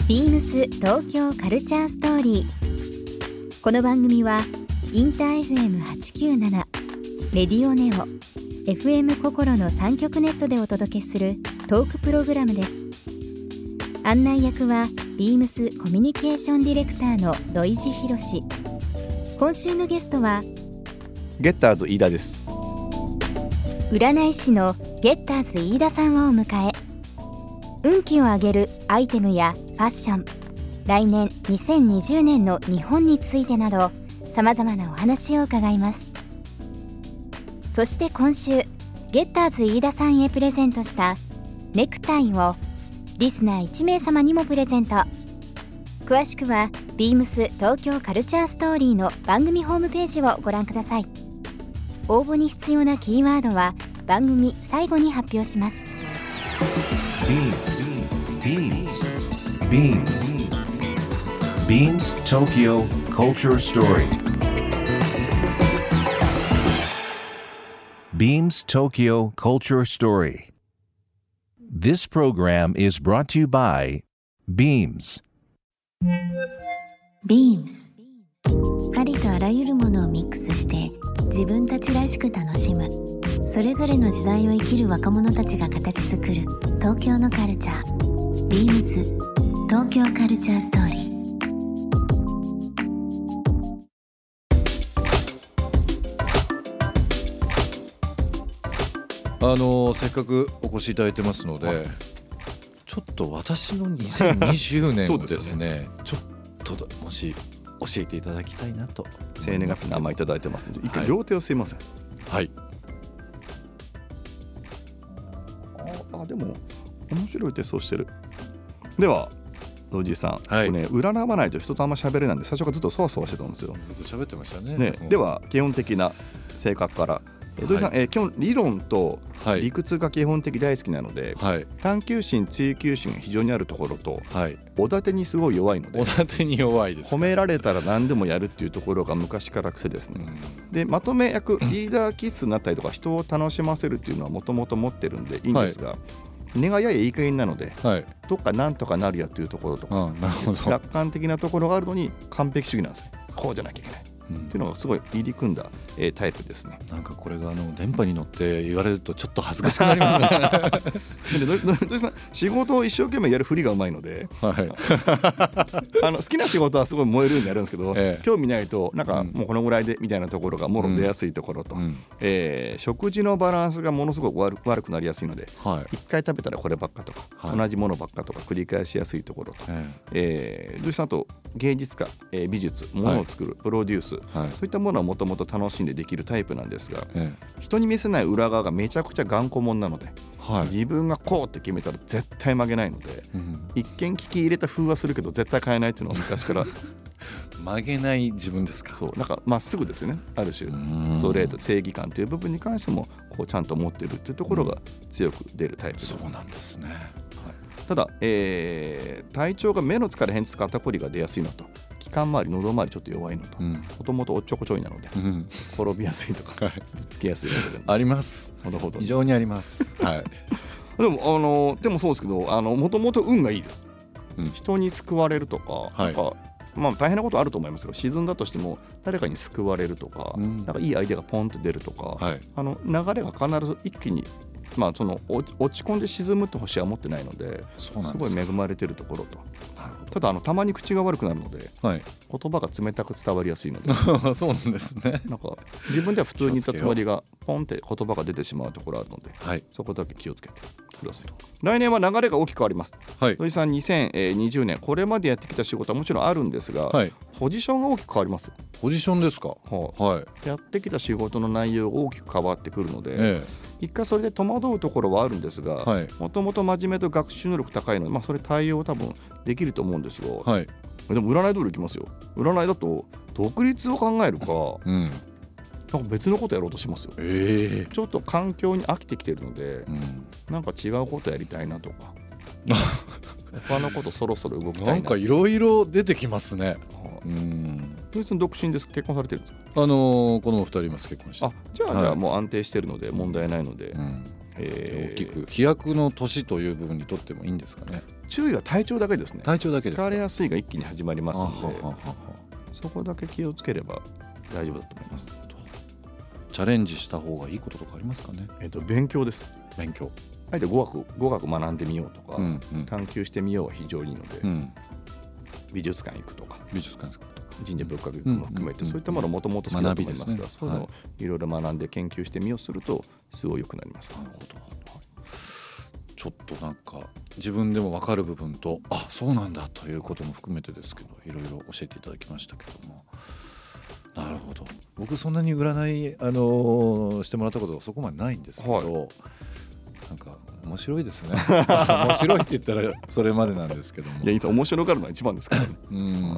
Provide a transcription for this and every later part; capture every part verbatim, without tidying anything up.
ビームス東京カルチャーストーリー。この番組はインター エフエムはちきゅうなな、レディオネオ、エフエム 心のさん局ネットでお届けするトークプログラムです。案内役はビームスコミュニケーションディレクターの土井博志。今週のゲストはゲッターズ飯田です。 占い師のゲッターズ飯田さんをお迎え、運気を上げるアイテムやファッション、来年にせんにじゅうねんの日本についてなどさまざまなお話を伺います。そして今週ゲッターズ飯田さんへプレゼントしたネクタイをリスナーいち名様にもプレゼント。詳しくはビームス東京カルチャーストーリーの番組ホームページをご覧ください。応募に必要なキーワードは番組最後に発表します。 ビームス Beams Beams Tokyo Culture Story Beams Tokyo Culture Story. This program is brought to you by Beams. Beams ありとあらゆるものをミックスして自分たちらしく楽しむ、それぞれの時代を生きる若者たちが形作る東京のカルチャー。ビームス東京カルチャーストーリー。 あのー、せっかくお越しいただいてますので、はい、ちょっと私のにせんにじゅうねんをですねちょっともし教えていただきたいなと。 生年月日名前いただいてますので、一回両手をすいません。 はい。 ああ、でも面白い手相してる。では土井さん、 はい、 ね、占わないと人とあんま喋れないんで最初からずっとそわそわしてたんですよ。 ずっと喋ってました ね, ね、では基本的な性格から土井さん、はい、えー、基本理論と理屈が基本的大好きなので、はい、探求心追求心が非常にあるところと、はい、おだてにすごい弱いので、 おだてに弱いですか。 褒められたら何でもやるっていうところが昔から癖ですね、うん、でまとめ役リーダー気質になったりとか人を楽しませるっていうのはもともと持ってるんでいいんですが、はい、根がややいい加減なので、はい、どっかなんとかなるやっていうところとか、ああ、なるほど、楽観的なところがあるのに完璧主義なんですよ。こうじゃなきゃいけないっていうのがすごい入り組んだ、えー、タイプですね。 なんかこれがあの電波に乗って言われるとちょっと恥ずかしくなりますね土井さん仕事を一生懸命やるふりがうまいので、はい、あの好きな仕事はすごい燃えるようにやるんですけど、ええ、興味ないとなんかもうこのぐらいでみたいなところがもろ出やすいところと、うん、えー、食事のバランスがものすごく 悪, 悪くなりやすいので、はい、いっかい食べたらこればっかとか、はい、同じものばっかとか繰り返しやすいところと、えええー、土井さんと芸術家、えー、美術、ものを作る、はい、プロデュース、はい、そういったものはもともと楽しんでできるタイプなんですが、ええ、人に見せない裏側がめちゃくちゃ頑固者なので、はい、自分がこうって決めたら絶対曲げないので、うん、一見聞き入れた風はするけど絶対変えないっていうのは昔から曲げない自分ですか。 そう、なんかまっすぐですよね。ある種ストレート、正義感という部分に関してもこうちゃんと持ってるっていうところが強く出るタイプです、ね、 そうなんですね。 ただ、えー、体調が目の疲れ、変質肩こりが出やすいのと、気管周り、喉周りちょっと弱いのと、もともとおっちょこちょいなので、うん、転びやすいとか、はい、ぶつけやすいのであります。ほどほど非常にあります、はい、 でもあのでもそうですけど、もともと運がいいです、うん、人に救われるとか、はい、なんかまあ、大変なことあると思いますけど、沈んだとしても誰かに救われるとか、うん、なんかいいアイデアがポンと出るとか、はい、あの流れが必ず一気に、まあ、その落ち込んで沈むと星は持ってないので、すごい恵まれてるところと。なるほど。ただあのたまに口が悪くなるので、はい、言葉が冷たく伝わりやすいのでそうなんですね。 なんか自分では普通に言ったつもりがポンって言葉が出てしまうところあるので、はい、そこだけ気をつけてください。来年は流れが大きく変わります、はい、土井さんにせんにじゅうねんこれまでやってきた仕事はもちろんあるんですが、はい、ポジションが大きく変わります。 ポジションですか。はあ、はい、やってきた仕事の内容が大きく変わってくるので、ええ、一回それで戸惑うところはあるんですが、もともと真面目と学習能力高いので、まあ、それ対応多分できると思うんですが、はい、でも占い通りいきますよ。占いだと独立を考えるか、うん、なんか別のことやろうとしますよ、えー、ちょっと環境に飽きてきてるので、うん、なんか違うことやりたいなとか他のことそろそろ動きたいな。 なんかいろいろ出てきますね。 うん、土井さん独身ですか。結婚されてるんですか。 あのー、このお二人います。結婚して。 あ、じゃあ、はい、じゃあもう安定してるので問題ないので、うん、 えー、大きく飛躍の年という部分にとってもいいんですかね。 注意は体調だけですね。 体調だけですか。 疲れやすいが一気に始まりますので、ははははそこだけ気をつければ大丈夫だと思います。 チャレンジした方がいいこととかありますかね。 えっと勉強です。 勉強。 あえて語学語学学んでみようとか、うんうん、探求してみようは非常にいいので、うん、美術館行くとか、 美術館行くとか、 神社仏閣も含めて、うんうんうん、そういったものもともと好きだと思いますが、ね、そういうのをいろいろ学んで研究してみようするとすごい良くなります。 なるほど。ちょっとなんか自分でも分かる部分と、あ、そうなんだということも含めてですけど、いろいろ教えていただきましたけども。なるほど。僕そんなに占い、あのー、してもらったことそこまでないんですけど、はい、なんか面白いですね。面白いって言ったらそれまでなんですけども、 いや、いつ面白がるのが一番ですからね。 うん、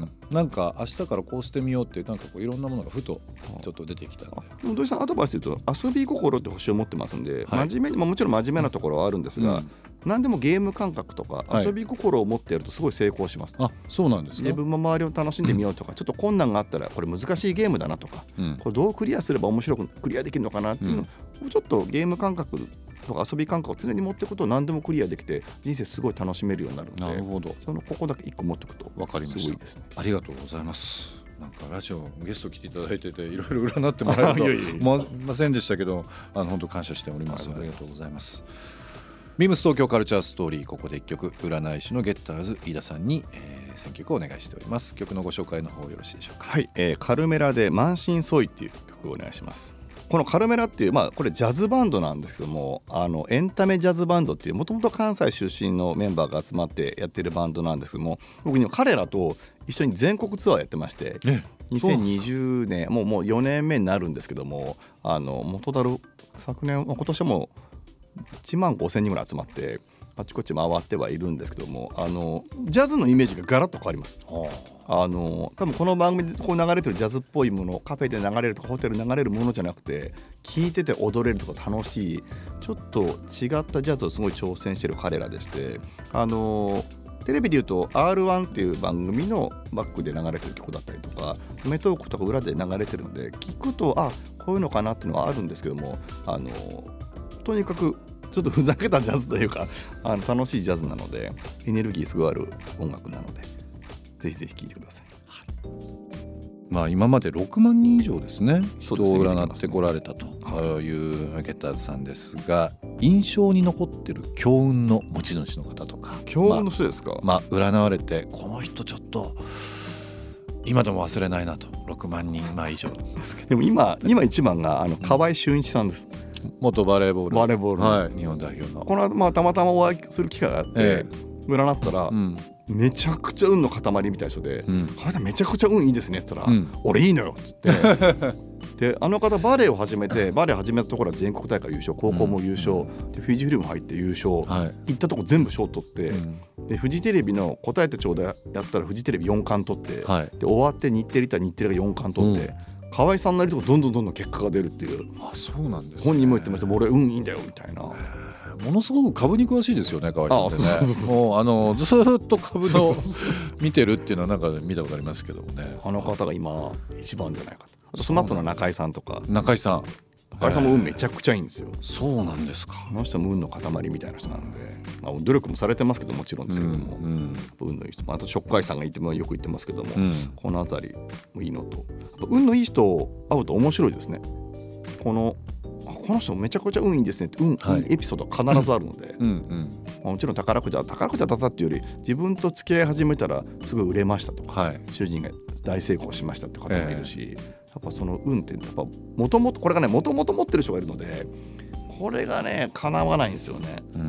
なんか明日からこうしてみようっていう、なんかこういろんなものがふとちょっと出てきたんで、 でも土井さんアドバイスで言うと遊び心って星を持ってますんで、はい、真面目に、まあ、もちろん真面目なところはあるんですが、うん、何でもゲーム感覚とか遊び心を持ってやるとすごい成功します。 はい、あ、そうなんですか。 自分も周りを楽しんでみようとか、うん、ちょっと困難があったらこれ難しいゲームだなとか、うん、これどうクリアすれば面白くクリアできるのかなっていうのを、うん、ちょっとゲーム感覚とか遊び感覚を常に持っていくと何でもクリアできて人生すごい楽しめるようになるので、 なるほど、 そのここだけ一個持っておくとすごいですね。 ありがとうございます。なんかラジオゲスト来ていただいてていろいろ占ってもらえると思いませんでしたけど、あの本当感謝しております。ありがとうございます。ビームス東京カルチャーストーリー、ここで一曲、占い師のゲッターズ飯田さんに、えー、選曲をお願いしております。曲のご紹介の方よろしいでしょうか。 はい、えー、カルメラで満身創痍っていう曲をお願いします。このカルメラっていう、まあ、これジャズバンドなんですけども、あのエンタメジャズバンドっていうもともと関西出身のメンバーが集まってやってるバンドなんですけども、僕に彼らと一緒に全国ツアーやってまして、ね、にせんにじゅうねんもう、もうよねんめになるんですけども、あの元だる昨年今年はもういちまんごせんにんぐらい集まってあちこち回ってはいるんですけども、あのジャズのイメージがガラッと変わります。あの多分この番組でこう流れてるジャズっぽいもの、カフェで流れるとかホテルで流れるものじゃなくて、聴いてて踊れるとか楽しい、ちょっと違ったジャズをすごい挑戦してる彼らでして、あのテレビでいうと アールワン っていう番組のバックで流れてる曲だったりとか、メトークとか裏で流れてるので聞くと、あ、こういうのかなっていうのはあるんですけども、あのとにかくちょっとふざけたジャズというか、あの楽しいジャズなのでエネルギーすごいある音楽なので、ぜひぜひ聴いてください。はい、 まあ、今までろくまんにん以上ですね、人を占ってこられたというゲッターズさんですが、印象に残ってる強運の持ち主の方とか、 強運の人ですか。 まあ、まあ、占われてこの人ちょっと今でも忘れないなと、ろくまんにんまあ以上ですけど、 でも今今一番があの河合俊一さんです。 うん、元バレーボールバレーボール、 はい、日本代表のこの後、まあ、たまたまお会いする機会があって、ええ、占ったら、うん、めちゃくちゃ運の塊みたいな人で、うん、河合さんめちゃくちゃ運いいですねって言ったら、うん、俺いいのよって言ってで、あの方バレーを始めてバレー始めたところは全国大会優勝、高校も優勝、うん、でフィジーフィルム入って優勝、はい、行ったとこ全部賞取って、うん、でフジテレビの答えてちょうだいやったらフジテレビよんかん取って、はい、で終わって日テレ行ったら日テレがよんかん取って、うん、河合さんのやるとこどんどんどんどん結果が出るっていう。 あ、そうなんですね。 本人も言ってました。俺運いいんだよみたいな。 ものすごく株に詳しいですよね、河合さんってね。ああ、そうそうそう、もうあのずっと株の見てるっていうのはなんか見たことありますけどもね。 あの方が今一番じゃないかと。あとスマップの中井さんとか。 中井さん河合さんも運めちゃくちゃいいんですよ。 そうなんですか。 あの人も運の塊みたいな人なので、まあ、努力もされてますけどもちろんですけども、うんうん、運のいい人、あとショックアイさんがいてもよく言ってますけども、うん、このあたりもいいのと、運のいい人会うと面白いですね。このこの人めちゃくちゃ運いいんですねって、運、はい、いいエピソードが必ずあるので、うんうん、まあ、もちろん宝くじは宝くじは当たったっていうより自分と付き合い始めたらすごい売れましたとか、はい、主人が大成功しましたって方もいるし、えー、やっぱその運ってやっぱもともとこれがねもともと持ってる人がいるので、これがね叶わないんですよね。うん、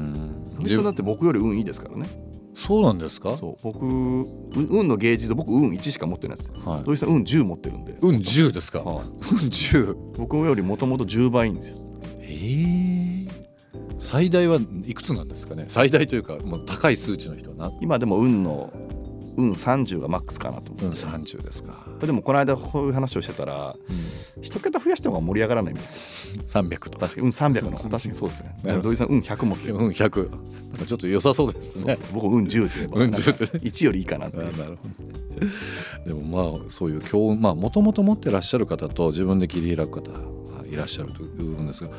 実際だって僕より運いいですからね。 そうなんですか。 そう、僕運のゲージで僕運いちしか持ってないです。はい、土井さん運じゅう持ってるんで。 運じゅうですか。はい、運じゅう。 僕よりもともとじゅうばいいいんですよ。 えー、最大はいくつなんですかね。最大というかもう高い数値の人はな。 今でも運の運さんじゅうがマックスかなと思って。 運さんじゅうですか。 でもこの間こういう話をしてたら、うん、一桁増やした方が盛り上がらないみたいな。 さんびゃくとか。 確かに運さんびゃくの確かにそうですね。土井さん運ひゃく持ってる。 運ひゃく。なんかちょっと良さそうですね。 そうそう、僕運じゅうって言えば運じゅうっていちよりいいかなっていう。なるほど。でもまあそういう強運、まあもともと持ってらっしゃる方と自分で切り開く方がいらっしゃるという部分ですが、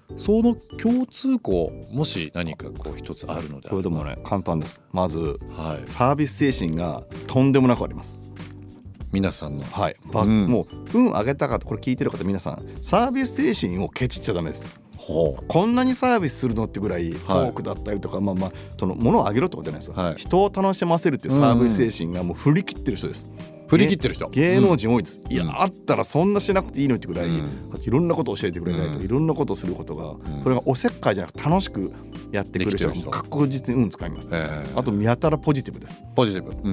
その共通項もし何かこう一つあるのであれば。 これでもね簡単です。まず、 はい、 サービス精神がとんでもなくあります。 皆さんの、 はい、うん、もう運上げたかとこれ聞いてる方皆さんサービス精神をケチっちゃダメです。ほうこんなにサービスするのってぐらいトークだったりとか、はい、まあまあその物を上げろってことじゃないですよ、はい、人を楽しませるっていうサービス精神がもう振り切ってる人です、 うん、振り切ってる人芸能人多いです、うん、いやあったらそんなしなくていいのってぐらい、うん、いろんなことを教えてくれないと、うん、いろんなことをすることが、うん、これがおせっかいじゃなくて楽しくやってくれる人が確実に運使います、えー、あと見当たらポジティブです。 ポジティブ、うん、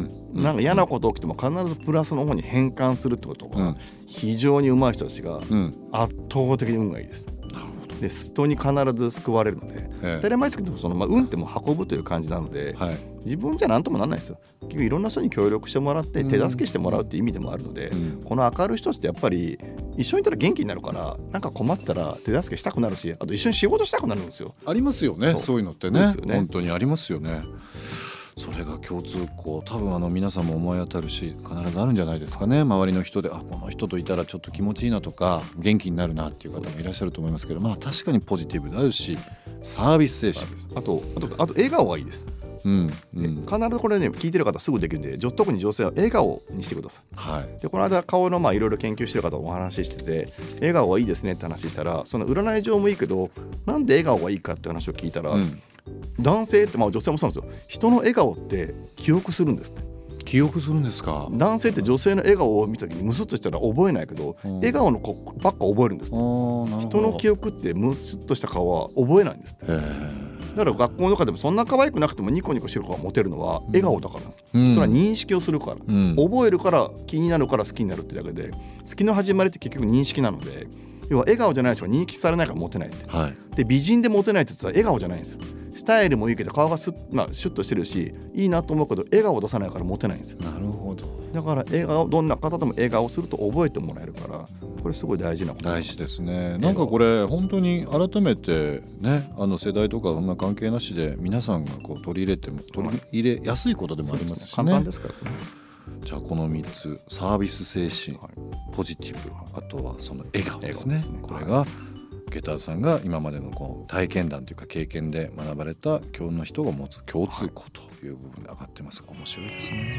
なんか嫌なこと起きても必ずプラスの方に変換するってことが非常に上手い人たちが圧倒的に運がいいです、うんで人に必ず救われるので、当たり前ですけどその、まあ、運っても運ぶという感じなので、はい、自分じゃ何ともなんないですよ。結局いろんな人に協力してもらって手助けしてもらうっていう意味でもあるので、うん、この明るい人ってやっぱり一緒にいたら元気になるからなんか困ったら手助けしたくなるしあと一緒に仕事したくなるんですよ。 ありますよね そ, そういうのってねですよね。 本当にありますよね。それが共通項多分あの皆さんも思い当たるし必ずあるんじゃないですかね。周りの人であこの人といたらちょっと気持ちいいなとか元気になるなっていう方もいらっしゃると思いますけど、まあ確かにポジティブであるしサービス精神あとあとあと笑顔がいいです、うんうん、必ずこれね聞いてる方すぐできるんで特に女性は笑顔にしてください、はい、でこの間顔のまあいろいろ研究してる方とお話ししてて笑顔はいいですねって話したらその占い上もいいけどなんで笑顔がいいかって話を聞いたら、うん男性って、まあ、女性もそうなんですよ。人の笑顔って記憶するんですって。 記憶するんですか。 男性って女性の笑顔を見た時にムスッとしたら覚えないけど、うん、笑顔の子ばっか覚えるんですって。人の記憶ってムスッとした顔は覚えないんですって。だから学校とかでもそんな可愛くなくてもニコニコしてる子がモテるのは笑顔だからなんです、うん、それは認識をするから、うん、覚えるから気になるから好きになるってだけで好きの始まりって結局認識なので要は笑顔じゃない人は認識されないからモテないって、はい、で美人でモテないって言ったら笑顔じゃないんですよ。スタイルもいいけど顔がスッ、まあ、シュッとしてるしいいなと思うけど笑顔を出さないからモテないんですよ。 なるほど。 だから笑顔どんな方でも笑顔すると覚えてもらえるからこれすごい大事なこと。 大事ですね。なんかこれ本当に改めてねあの世代とかそんな関係なしで皆さんがこう取り入れても取り入れやすいことでもありますしね。 簡単ですからね。 じゃあこのみっつサービス精神、はい、ポジティブあとはその笑顔ですね。ですねこれが、はいゲターさんが今までのこう体験談というか経験で学ばれた今日の人が持つ共通項という部分で上がってますが面白いですね。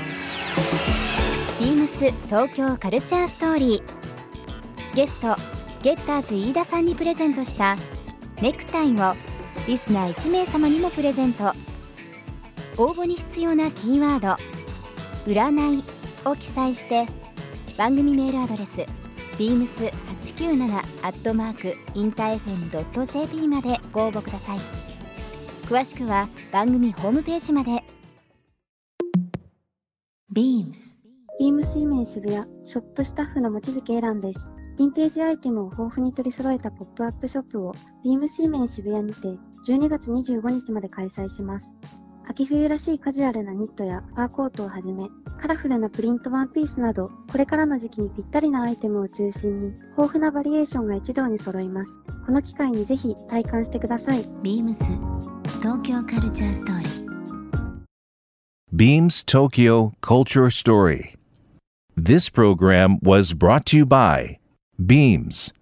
ビームス東京カルチャーストーリーゲストゲッターズ飯田さんにプレゼントしたネクタイをリスナーいち名様にもプレゼント。応募に必要なキーワード占いを記載して番組メールアドレスビームスはちきゅうなな アットマーク インターエフエム ドット ジェーピー までご応募ください。詳しくは番組ホームページまで。 ビームスビームスイメン渋谷ショップスタッフの望月エランです。ヴィンテージアイテムを豊富に取り揃えたポップアップショップをビームスイメン渋谷にてじゅうにがつにじゅうごにちまで開催します。秋冬らしいカジュアルなニットやファーコートをはじめカラフルなプリントワンピースなどこれからの時期にぴったりなアイテムを中心に豊富なバリエーションが一堂に揃います。この機会にぜひ体感してください。 ビームス東京カルチャーストーリー Beams Tokyo Culture Story. This program was brought to you by Beams.